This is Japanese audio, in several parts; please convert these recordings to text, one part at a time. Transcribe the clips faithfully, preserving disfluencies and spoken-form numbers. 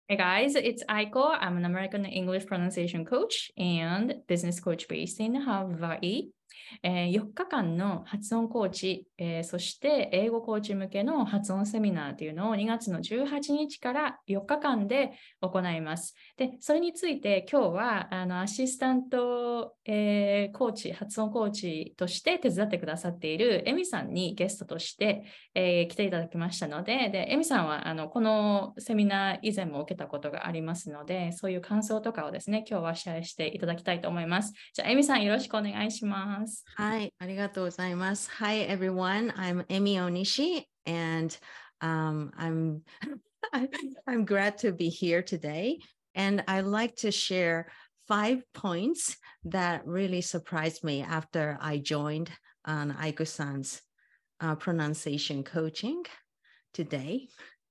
Hey guys, it's Aiko. I'm an American English pronunciation coach and business coach based in Hawaii. えー、よっかかんの発音コーチ、えーそして英語コーチ向けの発音セミナーというのをにがつのじゅうはちにちからよっかかんで行います。で、それについて今日はあのアシスタント、えーコーチ、発音コーチとして手伝ってくださっているエミさんにゲストとして、えー来ていただきましたので、で、エミさんはあのこのセミナー以前も受けたことがありますので、そういう感想とかをですね、今日はシェアしていただきたいと思います。じゃあ、エミさんよろしくお願いします。 はい、ありがとうございます。Hi everyone, I'm Emi Onishi and um, I'm I'm glad to be here today and I'd like to share five points that really surprised me after I joined on Aiko-san's uh, pronunciation coaching today.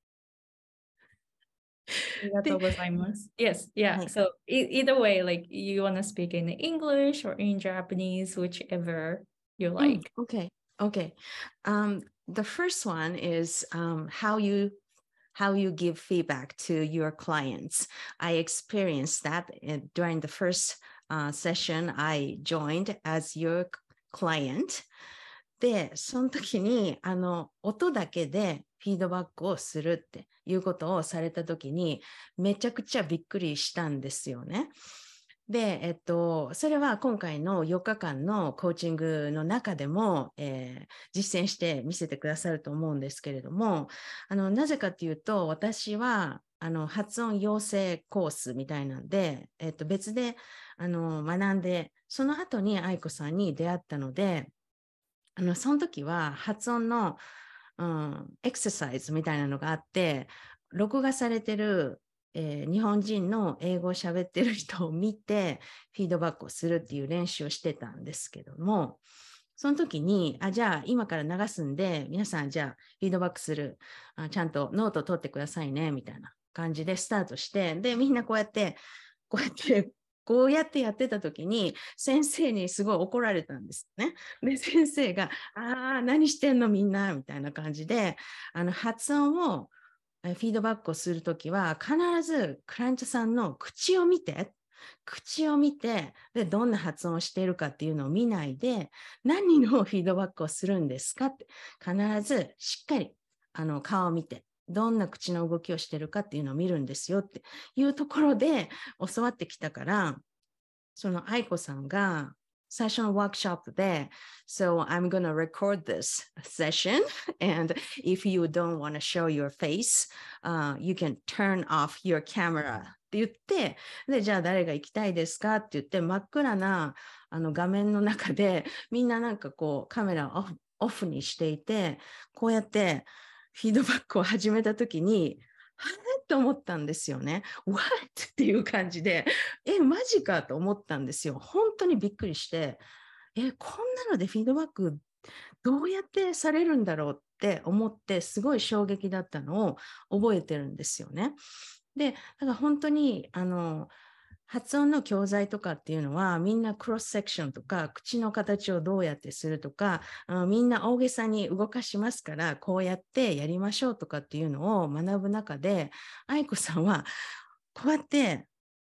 ありがとうございます。Yes, yeah. はい So e- either way, like you want to speak in English or in Japanese, whichever you Mm, like. okay, okay. Um, the first one is um, how you how you give feedback to your clients. I experienced that in- during the first uh, session I joined as your client. で、その時に、あの、音だけでフィードバックをするっていうことをされた時に、めちゃくちゃびっくりしたんですよね。で、えっと、それは今回のよっかかんのコーチングの中でも、えー実践して見せてくださると思うんですけれども、あの、なぜかというと、私は、あの、発音養成コースみたいなんで、えっと、別で、あの、学んで、その後に愛子さんに出会ったので、あの、その時は発音の、うん、エクササイズみたいなのがあって、録画されてる、えー日本人の英語を喋ってる人を見て、フィードバックをするっていう練習をしてたんですけども、その時に、あ、じゃあ今から流すんで、皆さんじゃあフィードバックする、あちゃんとノート取ってくださいね、みたいな感じでスタートして、で、みんなこうやって、こうやってこうやってやってた時に先生にすごい怒られたんですね。で、先生が、ああ、何してんのみんな、みたいな感じで、あの発音をフィードバックをするときは、必ずクライアントさんの口を見て、口を見て、で、どんな発音をしているかっていうのを見ないで、何のフィードバックをするんですかって、必ずしっかりあの顔を見て、どんな口の動きをしているかっていうのを見るんですよっていうところで教わってきたから、その愛子さんが最初のワークショップで、So I'm gonna record this session and if you don't want to show your face,、uh, you can turn off your camera って言って、で、じゃあ誰が行きたいですかって言って、真っ暗なあの画面の中で、みんななんかこうカメラをオフオフにしていて、こうやってフィードバックを始めたときに、はぁと思ったんですよね。What? っていう感じで、え、マジかと思ったんですよ。本当にびっくりして、え、こんなのでフィードバックどうやってされるんだろうって思って、すごい衝撃だったのを覚えてるんですよね。で、だから本当に、あの、発音の教材とかっていうのはみんなクロスセクションとか口の形をどうやってするとかみんな大げさに動かしますからこうやってやりましょうとかっていうのを学ぶ中で愛子さんはこうやって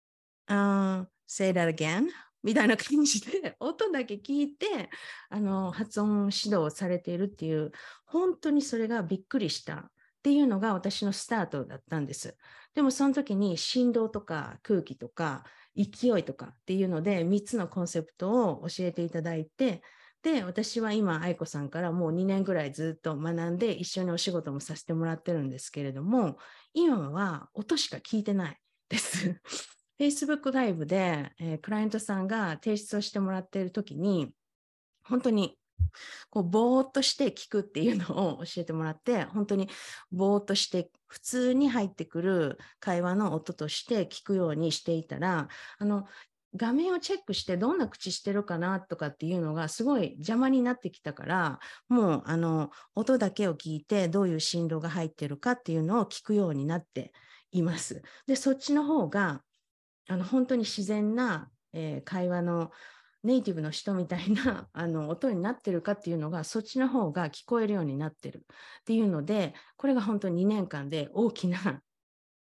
Uh, say that again みたいな感じで音だけ聞いてあの発音指導されているっていう本当にそれがびっくりしたっていうのが私のスタートだったんです。でもその時に振動とか空気とか勢いとかっていうのでみっつのコンセプトを教えていただいてで私は今愛子さんからもうにねんぐらいずっと学んで一緒にお仕事もさせてもらってるんですけれども今は音しか聞いてないです。Facebook ライブで、えークライアントさんが提出をしてもらっているときに、本当にこうぼーっとして聞くっていうのを教えてもらって、本当にぼーっとして普通に入ってくる会話の音として聞くようにしていたら、あの画面をチェックしてどんな口してるかなとかっていうのがすごい邪魔になってきたから、もうあの音だけを聞いてどういう振動が入ってるかっていうのを聞くようになっています。で、そっちの方があの本当に自然な、えー会話のネイティブの人みたいなあの音になってるかっていうのがそっちの方が聞こえるようになってるっていうのでこれが本当ににねんかんで大きな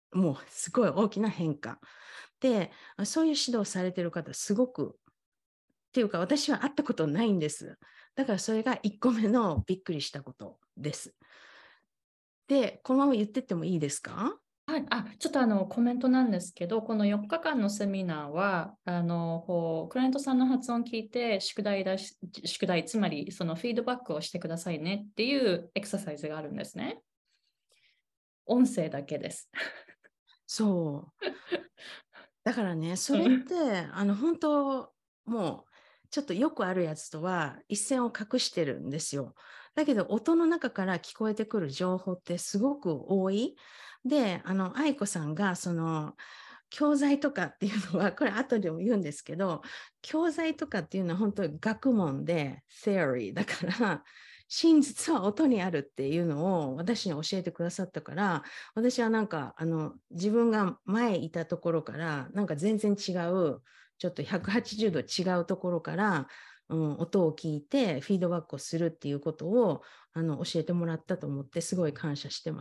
もうすごい大きな変化。で、そういう指導されてる方、すごく、っていうか私は会ったことないんです。だからそれがいっこめのびっくりしたことです。で、このまま言ってってもいいですか？ はい、あ、ちょっとあのコメントなんですけど、このよっかかんのセミナーは、あのこうクライアントさんの発音を聞いて、宿題だし、宿題、つまりそのフィードバックをしてくださいねっていうエクササイズがあるんですね。音声だけです。 そう。だからね、それっうん、 て、あの、本当、もう、ちょっとよくあるやつとは一線を画してるんですよ。だけど、音の中から聞こえてくる情報ってすごく多い。で、あの、愛子さんが、その、教材とかっていうのは、これ後でも言うんですけど、教材とかっていうのは本当に学問で、theory だから、真実は音にあるっていうのを私に教えてくださったから、私はなんかあの自分が前いたところからなんか全然違う、ちょっとひゃくはちじゅうど違うところから、うん、音を聞いてフィードバックをするっていうことをあの教えてもらったと思ってすごい感謝してます。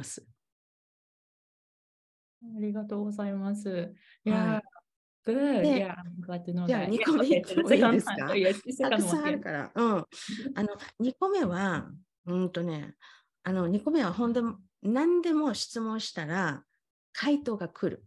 ありがとうございます。 は Yeah, い。 good. で、 Yeah, I'm glad to know じゃあ that. 2 Yes, 個目 okay. いっ So て the もいいで second す one. So か？ yes, the た second く one. さんある Yes. から。うん。あの、にこめは、うんとね、あの、にこめは本当に何でも質問したら回答が来る。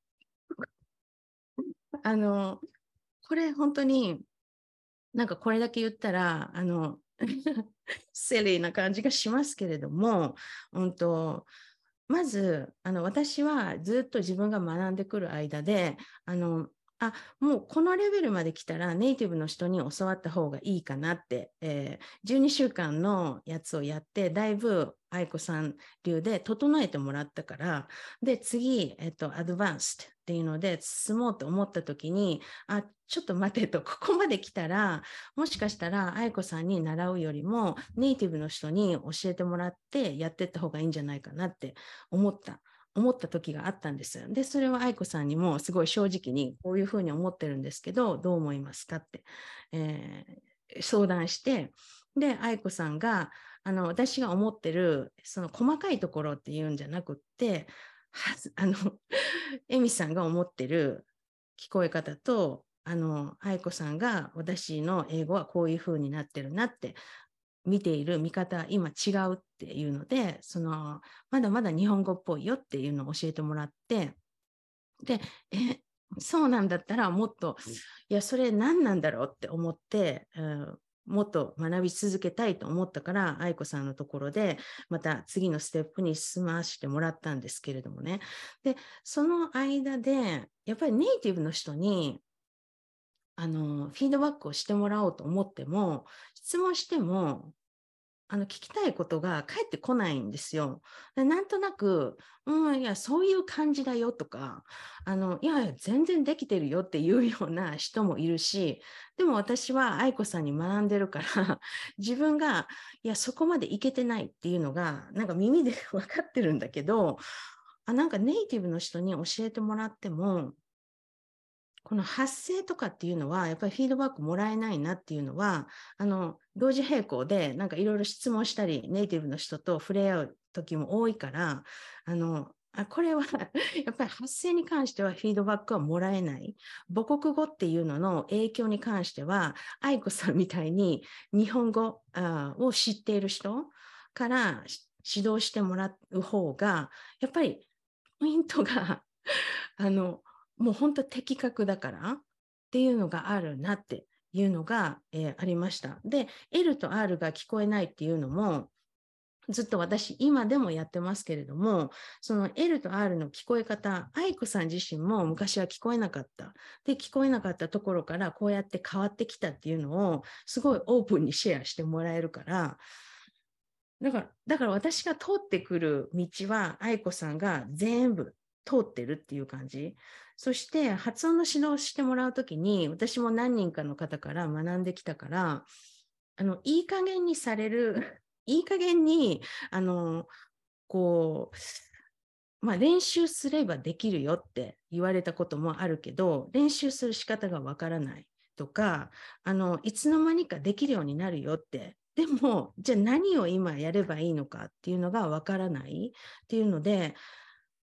あの、これ本当になんかこれだけ言ったら、あの、セリーな感じがしますけれども、うんと、まず、あの、私はずっと自分が学んでくる間で、あの、あ、もうこのレベルまで来たらネイティブの人に教わった方がいいかなって、えー、じゅうにしゅうかんのやつをやって、だいぶ愛子さん流で整えてもらったから、で、次、えっと、アドバンストっていうので進もうと思った時に、あ、ちょっと待てと、ここまで来たら、もしかしたら愛子さんに習うよりもネイティブの人に教えてもらってやっていった方がいいんじゃないかなって思った。思った時があったんです。で、それは愛子さんにもすごい正直にこういうふうに思ってるんですけど、どう思いますかって、えー、相談して、で、愛子さんが、あの、私が思ってる、その細かいところっていうんじゃなくって、はあの、エミさんが思ってる聞こえ方と、あの、愛子さんが私の英語はこういうふうになってるなって見ている見方今違うっていうので、そのまだまだ日本語っぽいよっていうのを教えてもらって、で、え、そうなんだったらもっと、いや、それ何なんだろうって思って、うん、もっと学び続けたいと思ったから、愛子さんのところで、また次のステップに進ませてもらったんですけれどもね。で、その間で、やっぱりネイティブの人に、あの、フィードバックをしてもらおうと思っても、質問しても、あの聞きたいことが返ってこないんですよ。でなんとなく、うん、いや、そういう感じだよとか、あの、いや、全然できてるよっていうような人もいるし、でも私は愛子さんに学んでるから、自分が、いや、そこまでいけてないっていうのが、なんか耳で分かってるんだけど、あ、なんかネイティブの人に教えてもらっても、この発声とかっていうのは、やっぱりフィードバックもらえないなっていうのは、あの、同時並行で、なんかいろいろ質問したり、ネイティブの人と触れ合う時も多いから、あの、あこれはやっぱり発声に関してはフィードバックはもらえない。母国語っていうのの影響に関しては、愛子さんみたいに日本語を知っている人から指導してもらう方が、やっぱりポイントが、あの、もう本当的確だからっていうのがあるなっていうのが、えー、ありました。で、L と R が聞こえないっていうのも、ずっと私今でもやってますけれども、その L と R の聞こえ方、愛子さん自身も昔は聞こえなかった。で、聞こえなかったところからこうやって変わってきたっていうのをすごいオープンにシェアしてもらえるから、だから、だから私が通ってくる道は愛子さんが全部通ってるっていう感じ。そして発音の指導をしてもらうときに、私も何人かの方から学んできたから、あの、いい加減にされる、いい加減に、あの、こう、まあ、練習すればできるよって言われたこともあるけど、練習する仕方がわからないとか、あの、いつの間にかできるようになるよって。でも、じゃあ何を今やればいいのかっていうのがわからないっていうので、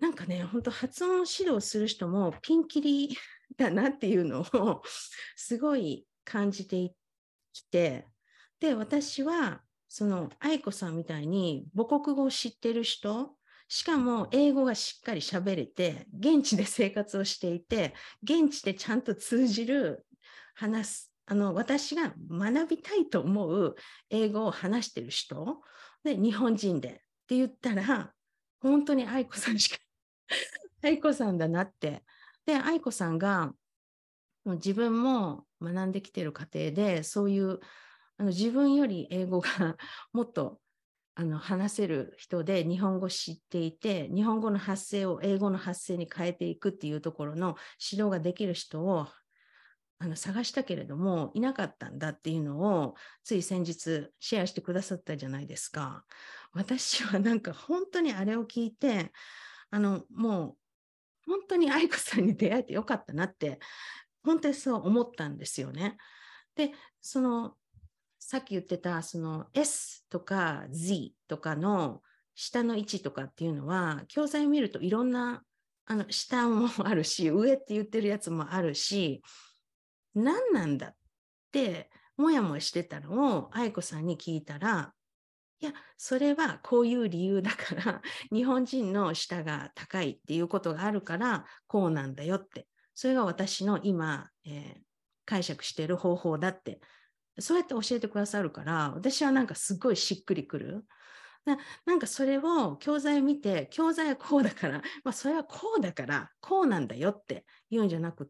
なんかね、本当発音指導する人もピンキリだなっていうのをすごい感じてきて、で、私は、その愛子さんみたいに母国語を知ってる人、しかも英語がしっかり喋れて、現地で生活をしていて、現地でちゃんと通じる話す、あの、私が学びたいと思う英語を話してる人、で、日本人でって言ったら、本当に愛子さんしか愛子さんだなって。で、愛子さんが自分も学んできている過程で、そういうあの自分より英語がもっとあの話せる人で日本語知っていて、日本語の発声を英語の発声に変えていくっていうところの指導ができる人をあの探したけれどもいなかったんだっていうのをつい先日シェアしてくださったじゃないですか。私はなんか本当にあれを聞いて、あのもう本当に愛子さんに出会えてよかったなって本当にそう思ったんですよね。で、そのさっき言ってたその S とか Z とかの下の位置とかっていうのは教材を見るといろんなあの下もあるし、上って言ってるやつもあるし、何なんだってもやもやしてたのを愛子さんに聞いたら、いや、それはこういう理由だから、日本人の舌が高いっていうことがあるから、こうなんだよって。それが私の今、えー解釈している方法だって。そうやって教えてくださるから、私はなんかすごいしっくりくる。ななんかそれを教材を見て、教材はこうだから、まあそれはこうだから、こうなんだよって言うんじゃなくって、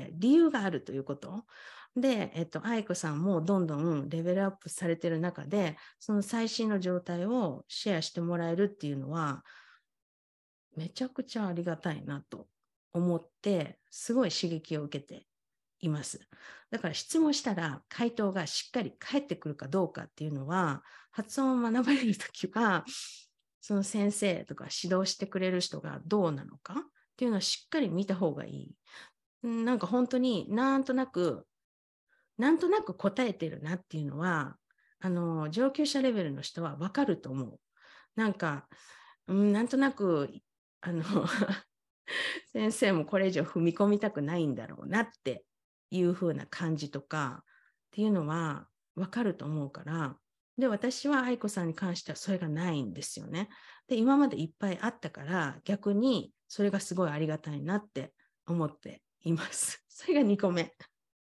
理由があるということ。で、えっと、愛子さんもどんどんレベルアップされてる中で、その最新の状態をシェアしてもらえるっていうのは、めちゃくちゃありがたいなと思って、すごい刺激を受けています。だから質問したら回答がしっかり返ってくるかどうかっていうのは、発音を学ばれるときは、その先生とか指導してくれる人がどうなのかっていうのをしっかり見た方がいい。なんか本当になんとなく、なんとなく答えてるなっていうのは、あの、上級者レベルの人はわかると思う。なんか、うん、なんとなく、あの先生もこれ以上踏み込みたくないんだろうなっていう風な感じとかっていうのは分かると思うから、で、私は愛子さんに関してはそれがないんですよね。で、今までいっぱいあったから、逆にそれがすごいありがたいなって思っています。それがにこめ。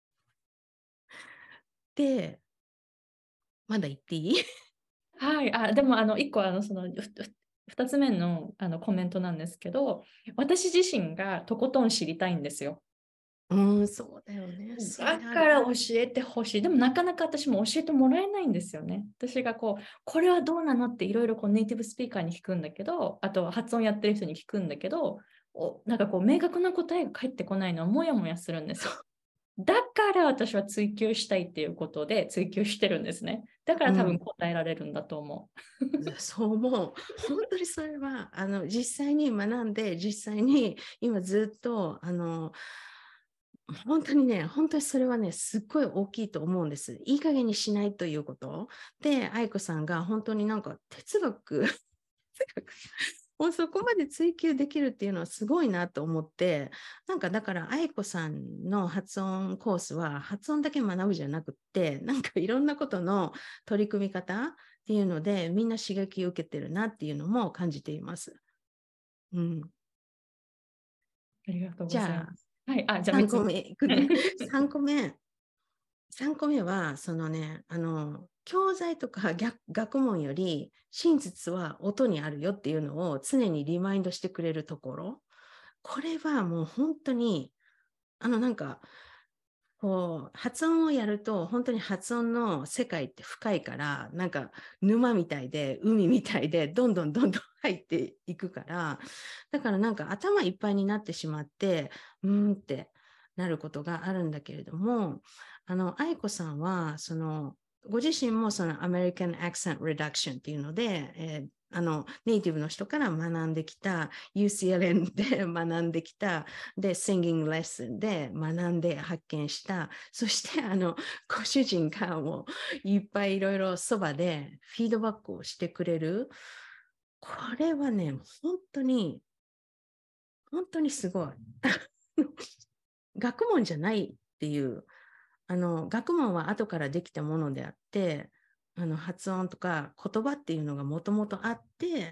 で、まだ言っていい？ はい、あ、でもあのいっこあのそのふふふたつめのあのコメントなんですけど、私自身がとことん知りたいんですよ。 うん、そうだよね。そだれある。 から教えてほしい。でもなかなか私も教えてもらえないんですよね。私がこう、これはどうなのっていろいろこうネイティブスピーカーに聞くんだけど、あとは発音やってる人に聞くんだけど、おなんかこう明確な答えが返ってこないのはもやもやするんですよ。だから私は追求したいっていうことで追求してるんですね。だから多分うん、 答えられるんだと思そう思う。本当にそれは、あの、実際に学んで、実際に今ずっと、あの、本当にね、本当にそれはね、すっごい大きいと思うんです。いい加減にしないということ。で、愛子さんが本当になんか哲学、もうそこまで追求できるっていうのはすごいなと思って、なんかだから愛子さんの発音コースは発音だけ学ぶじゃなくって、なんかいろんなことの取り組み方っていうので、みんな刺激を受けてるなっていうのも感じています。うん。 う。ありがとうごじゃあ、 ざいます。はい、あ、じゃあ3 3 つ目。 個目いくね。さんこめ。さんこめは、そのね、あの、教材とか学学問より真実は音にあるよっていうのを常にリマインドしてくれるところ。これはもう本当に、あのなんか、こう、発音をやると本当に発音の世界って深いから、なんか沼みたいで、海みたいで、どんどんどんどん入っていくから、だからなんか頭いっぱいになってしまって、うーんってなることがあるんだけれども、あの、愛子さんは、その、ご自身もその American Accent Reduction っていうので、えーあのネイティブの人から学んできた ユーシーエルエヌ で学んできたで Singing Lesson で学んで発見したそしてあのご主人がもういっぱいいろいろそばでフィードバックをしてくれるこれはね本当に本当にすごい。学問じゃないっていう、あの、学問は後からできたものであって、あの発音とか言葉っていうのがもともとあって、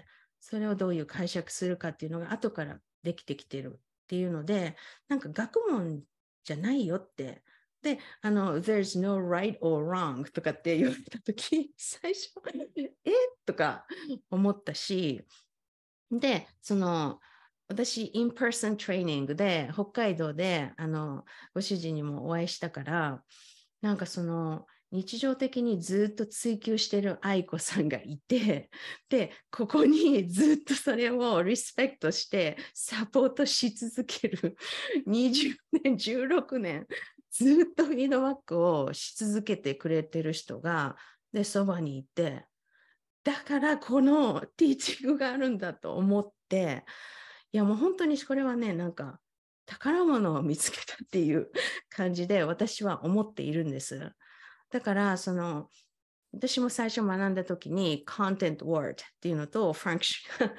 それをどういう解釈するかっていうのが後からできてきてるっていうので、なんか学問じゃないよって。で、あの、there's no right or wrong とかって言われたとき、最初、えとか思ったし、で、その、私、インパーソントレーニングで、北海道で、あの、ご主人にもお会いしたから、なんかその、日常的にずっと追求してる愛子さんがいて、で、ここにずっとそれをリスペクトしてサポートし続けるにじゅうねん、じゅうろくねん、ずっとフィードバックをし続けてくれてる人が、で、そばにいて、だからこのティーチングがあるんだと思って、いやもう本当にこれはね、なんか宝物を見つけたっていう感じで私は思っているんです。だからその私も最初学んだ時に content word っていうのと function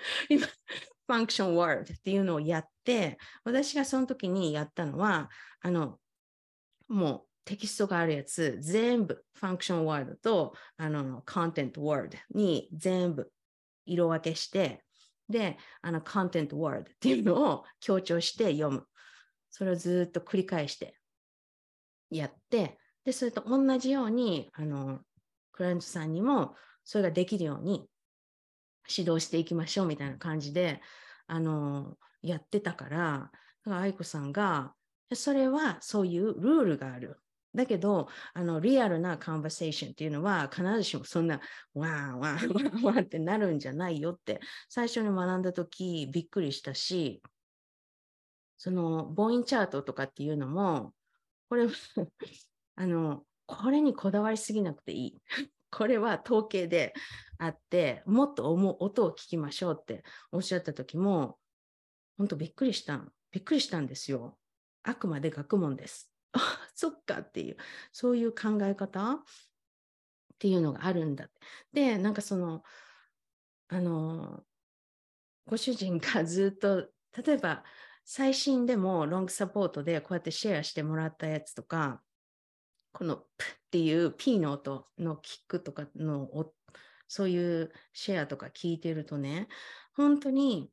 function word っていうのをやって、私がその時にやったのは、あのもうテキストがあるやつ全部ファンクションワードとあのコンテンツワードに全部色分けして、であのコンテンツワードっていうのを強調して読む。それをずっと繰り返してやって、でそれと同じようにあのクライアントさんにもそれができるように指導していきましょうみたいな感じであのやってたから、だから愛子さんがそれはそういうルールがある。だけど、あの、リアルなカンバセーションっていうのは必ずしもそんな、わーわーわーわーってなるんじゃないよって、最初に学んだときびっくりしたし、その、母音チャートとかっていうのも、これ、あの、これにこだわりすぎなくていい。これは統計であって、もっと音を聞きましょうっておっしゃったときも、本当びっくりしたびっくりしたんですよ。あくまで学問です。あ、そっかっていう、そういう考え方っていうのがあるんだ。で、なんかその、あの、ご主人がずっと、例えば最新でもロングサポートでこうやってシェアしてもらったやつとか、このプっていう P の音のキックとかの、そういうシェアとか聞いてるとね、本当に、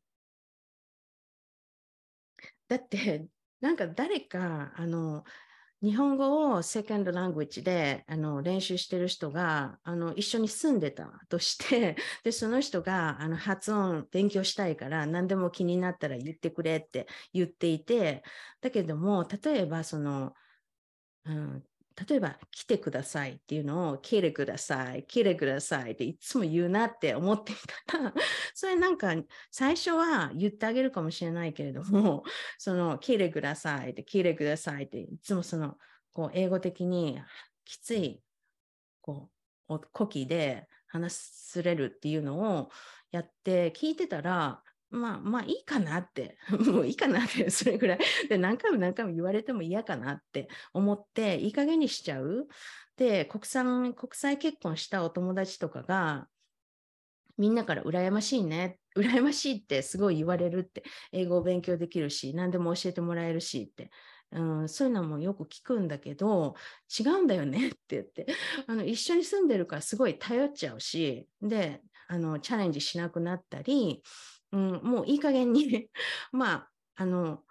だって、なんか誰か、あの、日本語をセカンドラングエッジであの練習してる人があの一緒に住んでたとして、でその人があの発音勉強したいから何でも気になったら言ってくれって言っていて、だけども例えばその、うん、例えば来てくださいっていうのを来てください来てくださいっていつも言うなって思っていたら、それなんか最初は言ってあげるかもしれないけれども、その来てくださいって来てくださいっていつもそのこう英語的にきついこう語気で話すれるっていうのをやって聞いてたら、まあまあいいかなって、もういいかなって、それぐらい。で、何回も何回も言われても嫌かなって思って、いい加減にしちゃう。で、国産、国際結婚したお友達とかが、みんなから羨ましいね。羨ましいってすごい言われるって、英語を勉強できるし、何でも教えてもらえるしって。うん、そういうのもよく聞くんだけど、違うんだよねって言って、あの一緒に住んでるからすごい頼っちゃうし、で、あのチャレンジしなくなったり、うん、もういい加減にまあ、あの、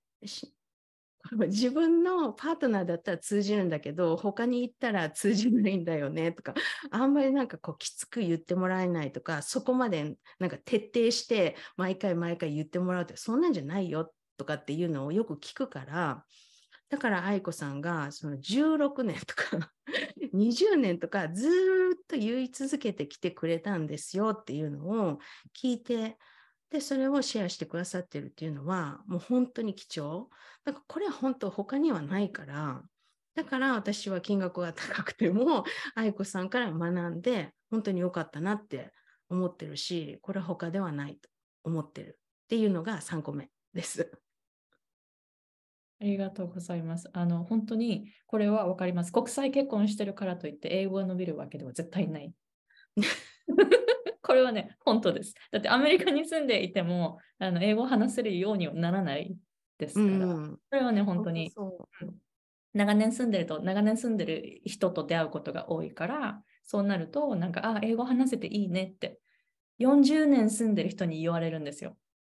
自分のパートナーだったら通じるんだけど、他に行ったら通じないんだよねとか、あんまりなんかこうきつく言ってもらえないとか、そこまでなんか徹底して毎回毎回言ってもらうって、そんなんじゃないよとかっていうのをよく聞くから、だから愛子さんがそのじゅうろくねんとかにじゅうねんとかずっと言い続けてきてくれたんですよっていうのを聞いて、でそれをシェアしてくださってるっていうのはもう本当に貴重だから、これは本当他にはないから、だから私は金額が高くても愛子さんから学んで本当に良かったなって思ってるし、これは他ではないと思ってるっていうのがさんこめです。 ありがとうございます。あの、本当にこれは分かります。国際結婚してるからといって英語が伸びるわけでは絶対ない。 これはね、本当です。だってアメリカに住んでいても、あの英語を話せるようにはならないですから、 うん、 それはね、本本当当に、 そうん長年住んでると、長年住んでる人と出会うことが多いから、そうなると、なんか、あ、英語話せていいねって、よんじゅうねん住んでる人に言われるんですよ。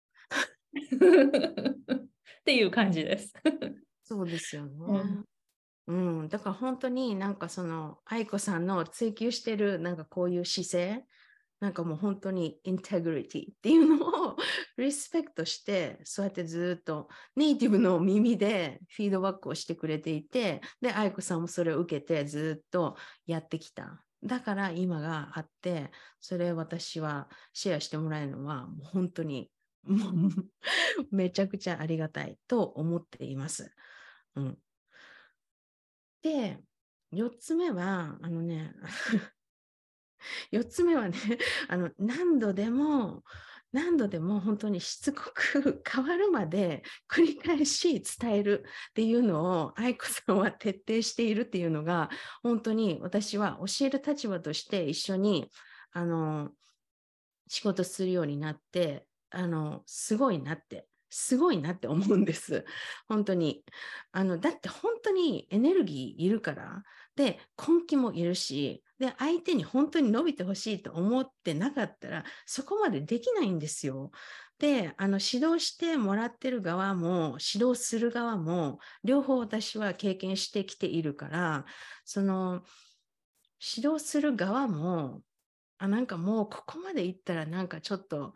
っていう感じです。 う。そうですようん、 ね。うん、だから本当になんかその愛子さんの追求してるなんかこういう姿勢、なんかもう本当にインテグリティっていうのをリスペクトして、そうやってずっとネイティブの耳でフィードバックをしてくれていて、で、愛子さんもそれを受けてずっとやってきた。だから今があって、それ私はシェアしてもらえるのはもう本当にもうめちゃくちゃありがたいと思っています。うん、で、よっつめは、あのね、よっつめはね、あの何度でも、何度でも本当にしつこく変わるまで繰り返し伝えるっていうのを愛子さんは徹底しているっていうのが、本当に私は教える立場として一緒にあの仕事するようになって、あのすごいなって。すごいなって思うんです。本当に。あの、だって本当にエネルギーいるから、で、根気もいるし、で、相手に本当に伸びてほしいと思ってなかったら、そこまでできないんですよ。で、あの、指導してもらってる側も、指導する側も、両方私は経験してきているから、その、指導する側も、あ、なんかもうここまでいったらなんかちょっと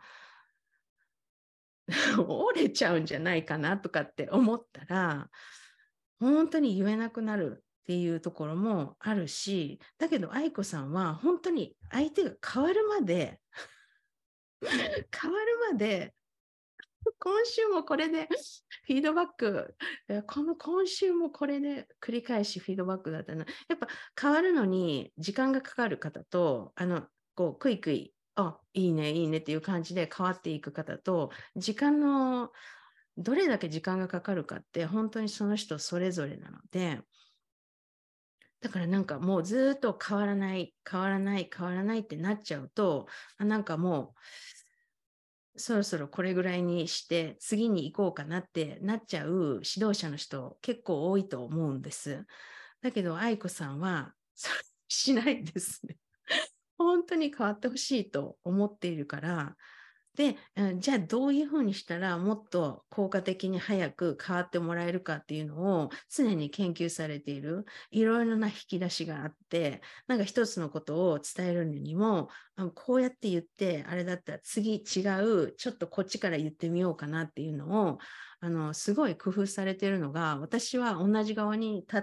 折れちゃうんじゃないかなとかって思ったら、本当に言えなくなるっていうところもあるし、だけど愛子さんは本当に相手が変わるまで、変わるまで、今週もこれでフィードバック、この今週もこれで繰り返しフィードバックだったな。やっぱ変わるのに時間がかかる方と、あの、こう、クイクイ、あ、いいね、いいねっていう感じで変わっていく方と、時間の、どれだけ時間がかかるかって本当にその人それぞれなので、だからなんかもうずっと変わらない、変わらない、変わらないってなっちゃうと、あなんかもうそろそろこれぐらいにして次に行こうかなってなっちゃう指導者の人結構多いと思うんです。だけど愛子さんはそれしないですね。本当に変わってほしいと思っているから、で、じゃあどういうふうにしたらもっと効果的に早く変わってもらえるかっていうのを常に研究されている。いろいろな引き出しがあって、なんか一つのことを伝えるのにも、こうやって言って、あれだったら次違う、ちょっとこっちから言ってみようかなっていうのを、あの、すごい工夫されているのが、私は同じ側に立って、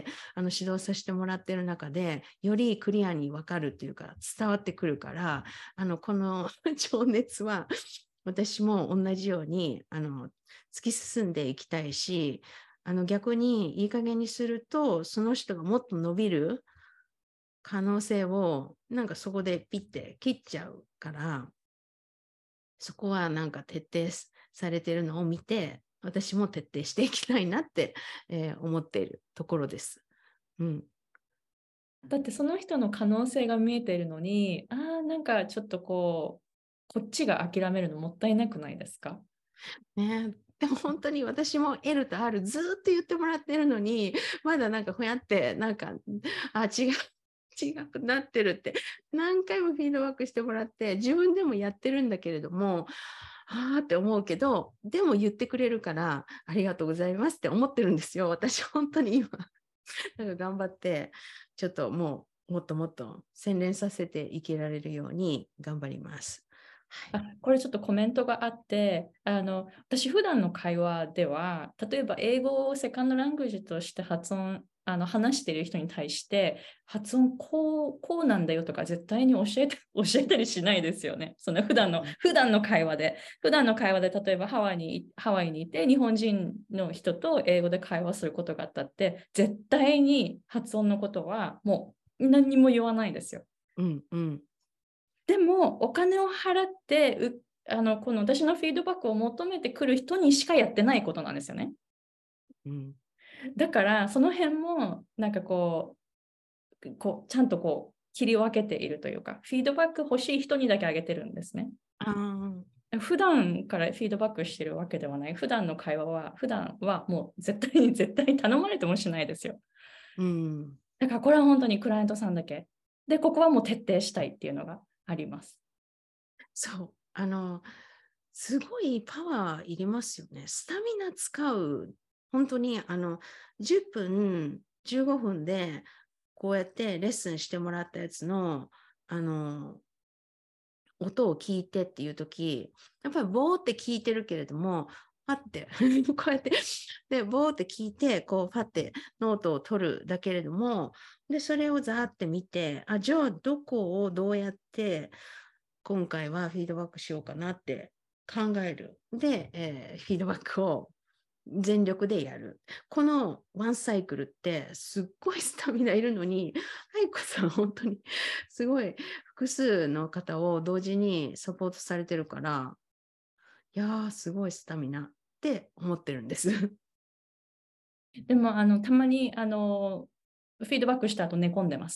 あの、指導させてもらっている中で、よりクリアに分かるっていうか、伝わってくるから、あの、この情熱は、私も同じように、あの、突き進んでいきたいし、あの、逆にいい加減にすると、その人がもっと伸びる可能性を、なんかそこでピッて切っちゃうから、そこはなんか徹底されているのを見て、私も徹底していきたいなって、えー思っているところです。うん。 だってその人の可能性が見えているのに、ああ、なんかちょっとこう、こっちが諦めるのもったいなくないですか？ ね、でも本当に私も L と R ずっと言ってもらってるのに、まだなんかふやって、なんか、あ、違う。違くなってるって何回もフィードバックしてもらって自分でもやってるんだけれどもあーって思うけどでも言ってくれるからありがとうございますって思ってるんですよ私本当に今なんか頑張ってちょっともうもっともっと洗練させていけられるように頑張ります。はい、 あ、これちょっとコメントがあって、あの、私普段の会話では、例えば英語をセカンドラングージとして発音、あの、話している人に対して、発音こう、こうなんだよとか絶対に教えて、教えたりしないですよね。その普段の、普段の会話で。普段の会話で、例えばハワイに、ハワイにいて、日本人の人と英語で会話することがあったって、絶対に発音のことはもう何も言わないですよ。 うんうんでも、お金を払ってうあの、この私のフィードバックを求めてくる人にしかやってないことなんですよね。 うんだから、その辺も、なんかこう、こうちゃんとこ切り分けているというか、フィードバック欲しい人にだけあげてるんですね。 あ普段からフィードバックしてるわけではない。普段の会話は、普段はもう絶対に絶対に頼まれてもしないですよ。 うん。 だからこれは本当にクライアントさんだけ。で、ここはもう徹底したいっていうのがあります。 そう。あの、すごいパワーいりますよね。スタミナ使う。本当に、あの、じゅっぷん、じゅうごふんで、こうやってレッスンしてもらったやつの、あの、音を聞いてっていう時、やっぱりボーって聞いてるけれども、パッてこうやってでボーって聞いてこうパッてノートを取るだけれども、でそれをざーって見て、あ、じゃあどこをどうやって今回はフィードバックしようかなって考える。で、えーフィードバックを全力でやる。このワンサイクルってすっごいスタミナいるのに、愛子さん本当にすごい複数の方を同時にサポートされてるから、いやーすごいスタミナって思ってるんです。 でも、あの、たまに、あの、フィードバックした後寝込んでます。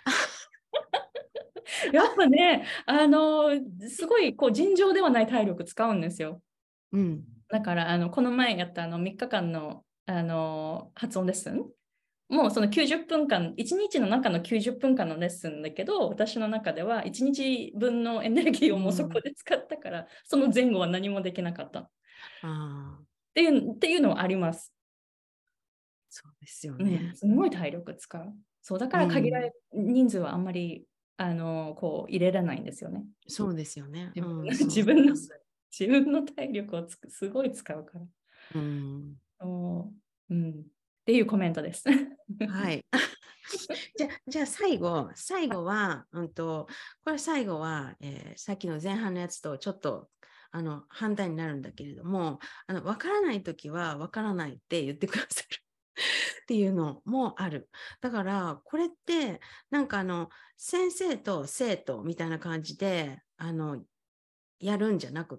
やっぱね、あの、すごいこう尋常ではない体力使うんですよ。 うん。 だから、あの、この前やったあのみっかかんの、あの発音レッスン、もうそのきゅうじゅっぷんかん、いちにちの中のきゅうじゅっぷんかんのレッスンだけど、私の中ではいちにちぶんのエネルギーをもうそこで使ったから、その前後は何もできなかったっああ、 ていう、っていうのはあります。 そうですようん、 ね。 すごい体力使う。そう、だかうら限らん。 れ、人数はあんまり、あの、こう、入れられないんですよね。 そうですよね。 自分の、 うん、そう自分の、 思います。 自分の体力をつくすごい使うから。 うん。 そう、うん、っていうコメントです。 はい。じゃじゃあ最後、最後は、うんと、これ最後は、えーさっきの前半のやつとちょっとあの反対になるんだけれども、あの分からないときは分からないって言ってくださるっていうのもある。だからこれってなんかあの先生と生徒みたいな感じであのやるんじゃなくって、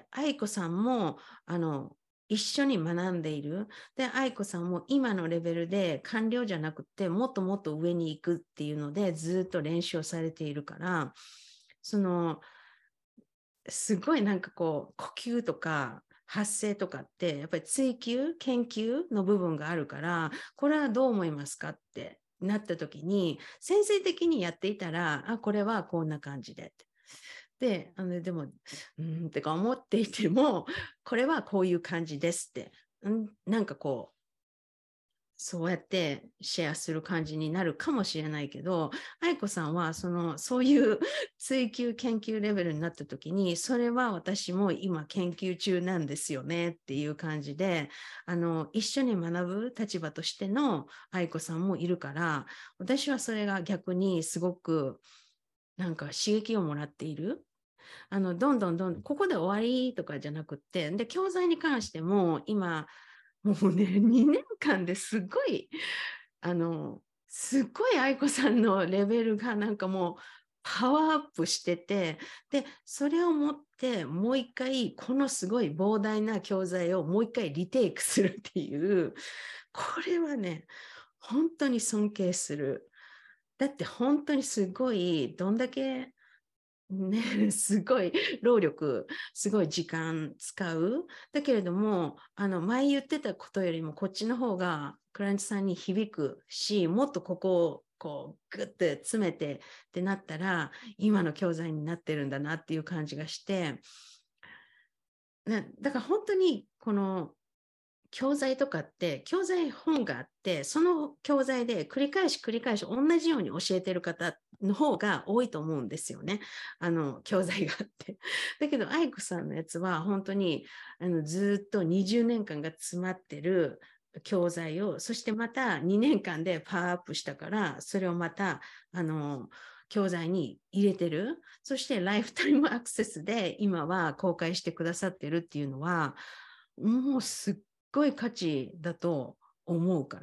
愛子さんもあの一緒に学んでいる。で、愛子さんも今のレベルで完了じゃなくて、もっともっと上に行くっていうので、ずっと練習をされているから、その、すごいなんかこう、呼吸とか発声とかって、やっぱり追求、研究の部分があるから、これはどう思いますかってなった時に、先生的にやっていたら、あ、これはこんな感じで。で、あのでも、うんってか思っていても、これはこういう感じですって、うん、なんかこう、そうやってシェアする感じになるかもしれないけど、愛子さんはそのそういう追求研究レベルになった時に、それは私も今研究中なんですよねっていう感じで、あの一緒に学ぶ立場としての愛子さんもいるから、私はそれが逆にすごくなんか刺激をもらっている。あのどんどんどんここで終わりとかじゃなくって、で教材に関しても今もうねにねんかんですごいあのすっごい愛子さんのレベルがなんかもうパワーアップしてて、でそれを持ってもう一回このすごい膨大な教材をもう一回リテイクするっていう、これはね本当に尊敬する。だって本当にすごいどんだけね、すごい労力、すごい時間使う。だけれども、あの前言ってたことよりもこっちの方がクライアントさんに響くし、もっとここをこうグッて詰めてってなったら、今の教材になってるんだなっていう感じがして、ね、だから本当にこの教材とかって教材本があってその教材で繰り返し繰り返し同じように教えてる方の方が多いと思うんですよね、あの教材があってだけど愛子さんのやつは本当にあのずっとにじゅうねんかんが詰まってる教材を、そしてまたにねんかんでパワーアップしたからそれをまたあの教材に入れてる。そしてライフタイムアクセスで今は公開してくださってるっていうのはもうすっごい価値だと思うから、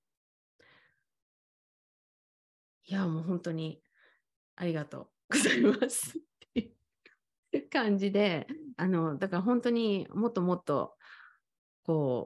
いやもう本当にありがとうございますっていう感じで、あのだから本当にもっともっとこ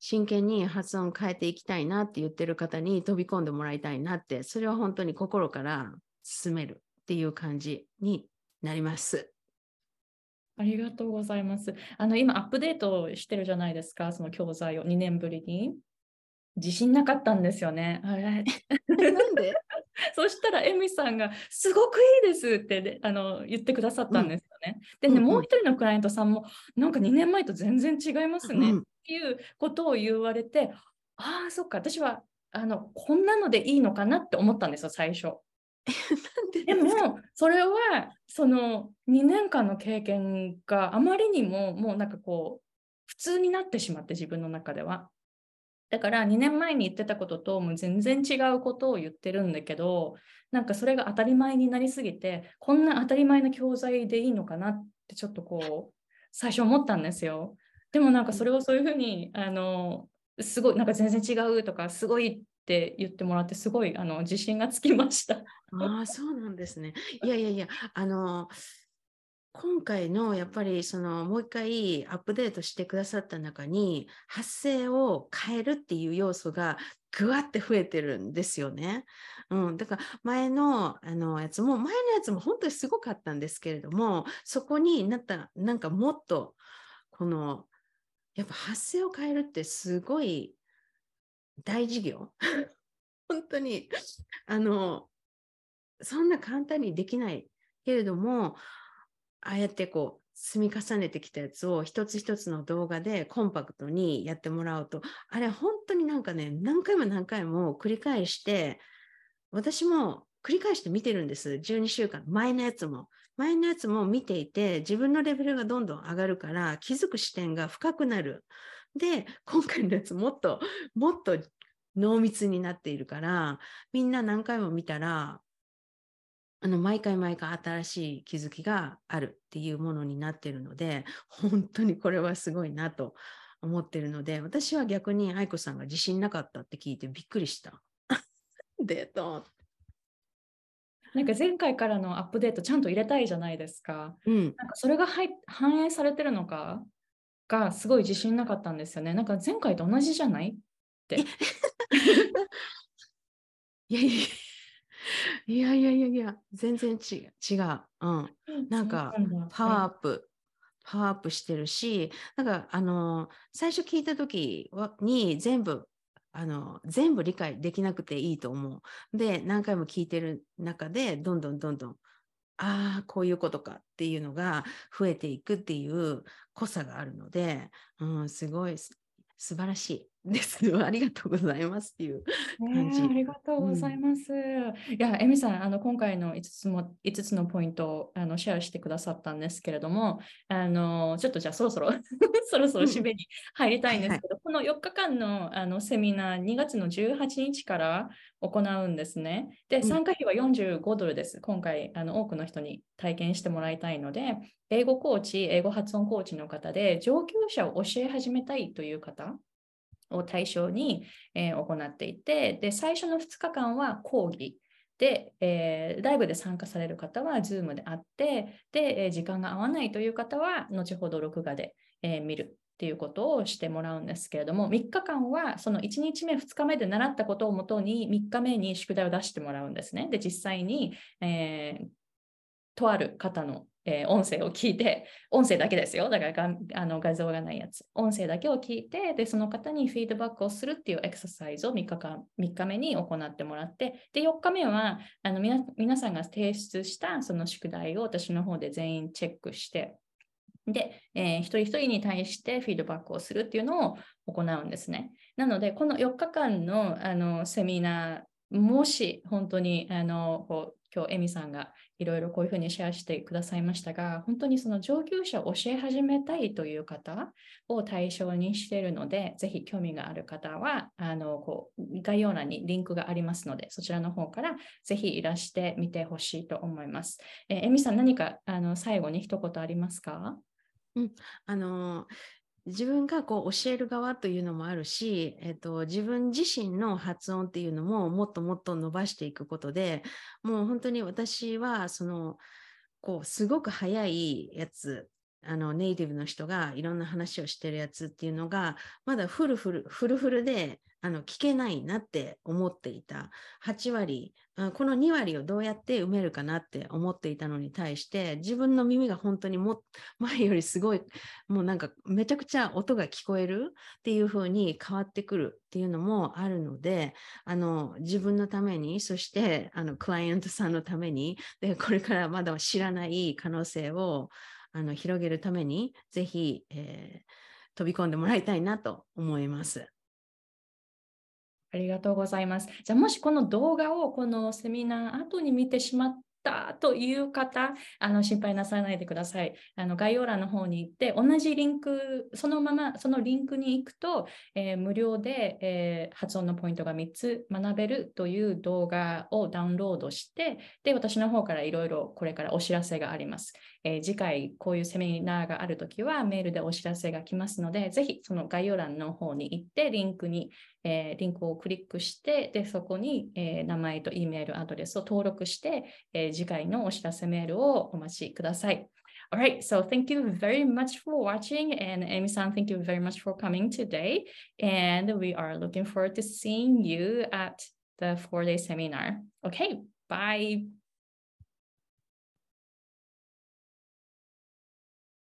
真剣に発音変えていきたいなって言ってる方に飛び込んでもらいたいなって、それは本当に心から進めるっていう感じになります。 ありがとうございます。あの、今アップデートしてるじゃないですか、その教材をにねんぶりに。自信なかったんですよね。あれなんでそしたらエミさんがすごくいいですって、ね、あの言ってくださったんですよね。でね、 うんうん、 もう一人のクライアントさんもなんかにねんまえと全然違いますね、 うん、 っていうことを言われて、ああ、そっか、私はあのこんなのでいいのかなって思ったんですよ、最初。 なんででですか？ も、それはそのにねんかんの経験があまりにももうなんかこう普通になってしまって、自分の中では。だからにねんまえに言ってたことともう全然違うことを言ってるんだけど、なんかそれが当たり前になりすぎて、こんな当たり前の教材でいいのかなってちょっとこう最初思ったんですよ。でもなんかそれをそういうふうにあのすごいなんか全然違うとかすごいって言ってもらって、すごいあの自信がつきました。 ああ、そうなんですね。いやいやいや、あの、今回のやっぱりそのもう一回アップデートしてくださった中に発声を変えるっていう要素がぐわって増えてるんですよね。うん、だから前のあのやつも前のやつも本当にすごかったんですけれども、そこになったなんかもっとこのやっぱ発声を変えるってすごい大事業。本当にあのそんな簡単にできないけれども、ああやってこう積み重ねてきたやつを一つ一つの動画でコンパクトにやってもらうと、あれ本当になんかね、何回も何回も繰り返して、私も繰り返して見てるんです。じゅうにしゅうかん。前のやつも。前のやつも見ていて、自分のレベルがどんどん上がるから、気づく視点が深くなる。で、今回のやつもっと、もっと濃密になっているから、みんな何回も見たら、あの毎回毎回新しい気づきがあるっていうものになっているので、本当にこれはすごいなと思っているので、私は逆に愛子さんが自信なかったって聞いてびっくりした。で、と、 なんか前回からのアップデートちゃんと入れたいじゃないですか。 うん。 なんかそれが入反映されてるのかがすごい自信なかったんですよね。なんか前回と同じじゃないって。 いやいやいやいやいやいや、全然ち違う。うん。なんそうか、 なんだ。 パありワーアップ、パワーアップしてるし、なんか、あの、最初聞いた時はに全部、あの、全部理解できなくていいと思う。で、何回も聞いてる中で、どんどんどんどん、ああ、こういうことかっていうのが増えていくっていう濃さがあるので、うん、すごいす素晴らしいです。ありがとうございますっていう感ねえ、あじ。 りがとうございうん。 ます。いや、エミさん、あの今回のいつつもいつつのポイントをあのシェアしてくださったんですけれども、あのちょっとじゃあそろそろそろそろうん。 締めに入りたはいはい。 いんですけど、このよっかかんの、あのセミナー、にがつのじゅうはちにちから行うんですね。で、 うん。 参加費はよんじゅうごドルです。今回、あの多くの人に体験してもらいたいので、英語コーチ、英語発音コーチの方で、上級者を教え始めたいという方を対象に、えー行っていて、で、最初のふつかかんは講義で、えーライブで参加される方は Zoom であって、で、えー時間が合わないという方は、後ほど録画で、えー見るっていうことをしてもらうんですけれども、みっかかんはそのいちにちめ、ふつかめで習ったことをもとに、みっかめに宿題を出してもらうんですね。で、実際に、えーとある方の、えー音声を聞いて、音声だけですよ。だからがあの画像がないやつ。音声だけを聞いて、で、その方にフィードバックをするっていうエクササイズをみっかかん、みっかめに行ってもらって、で、よっかめは、あの皆皆さんが提出したその宿題を私の方で全員チェックして、で、えー一人一人に対してフィードバックをするっていうのを行うんですね。なので、このよっかかんの、あのセミナー、もし本当にあのこう今日、エミさんがいろいろこういうふうにシェアしてくださいましたが、本当にその上級者を教え始めたいという方を対象にしているので、ぜひ興味がある方は、あのこう概要欄にリンクがありますので、そちらの方からぜひいらしてみてほしいと思います。えーエミさん、何かあの最後に一言ありますか？ うん、あの自分がこう教える側というのもあるし、えっと、自分自身の発音っていうのももっともっと伸ばしていくことで、もう本当に私はそのこうすごく早いやつあのネイティブの人がいろんな話をしてるやつっていうのがまだフルフルフルフルであの聞けないなって思っていた。はちわり、このにわりをどうやって埋めるかなって思っていたのに対して、自分の耳が本当にも前よりすごいもうなんかめちゃくちゃ音が聞こえるっていう風に変わってくるっていうのもあるので、あの自分のために、そしてあのクライアントさんのために、でこれからまだ知らない可能性をあの広げるために、ぜひ、えー、飛び込んでもらいたいなと思います。 ありがとうございます。じゃあ、もしこの動画をこのセミナー後に見てしまったという方、あの心配なさらないでください。あの概要欄の方に行って、同じリンク、そのままそのリンクに行くと、えー、無料で、えー、発音のポイントがみっつ学べるという動画をダウンロードして、で、私の方からいろいろこれからお知らせがあります。えー、次回こういうセミナーがあるときはメールでお知らせが来ますので、ぜひその概要欄の方に行って、リンクにえー、リンクをクリックして、で、そこに、えー、名前と E メールアドレスを登録して、えー、次回のお知らせメールをお待ちください。Alright, so thank you very much for watching, and Amy-san, thank you very much for coming today. And we are looking forward to seeing you at the four-day seminar. Okay, bye.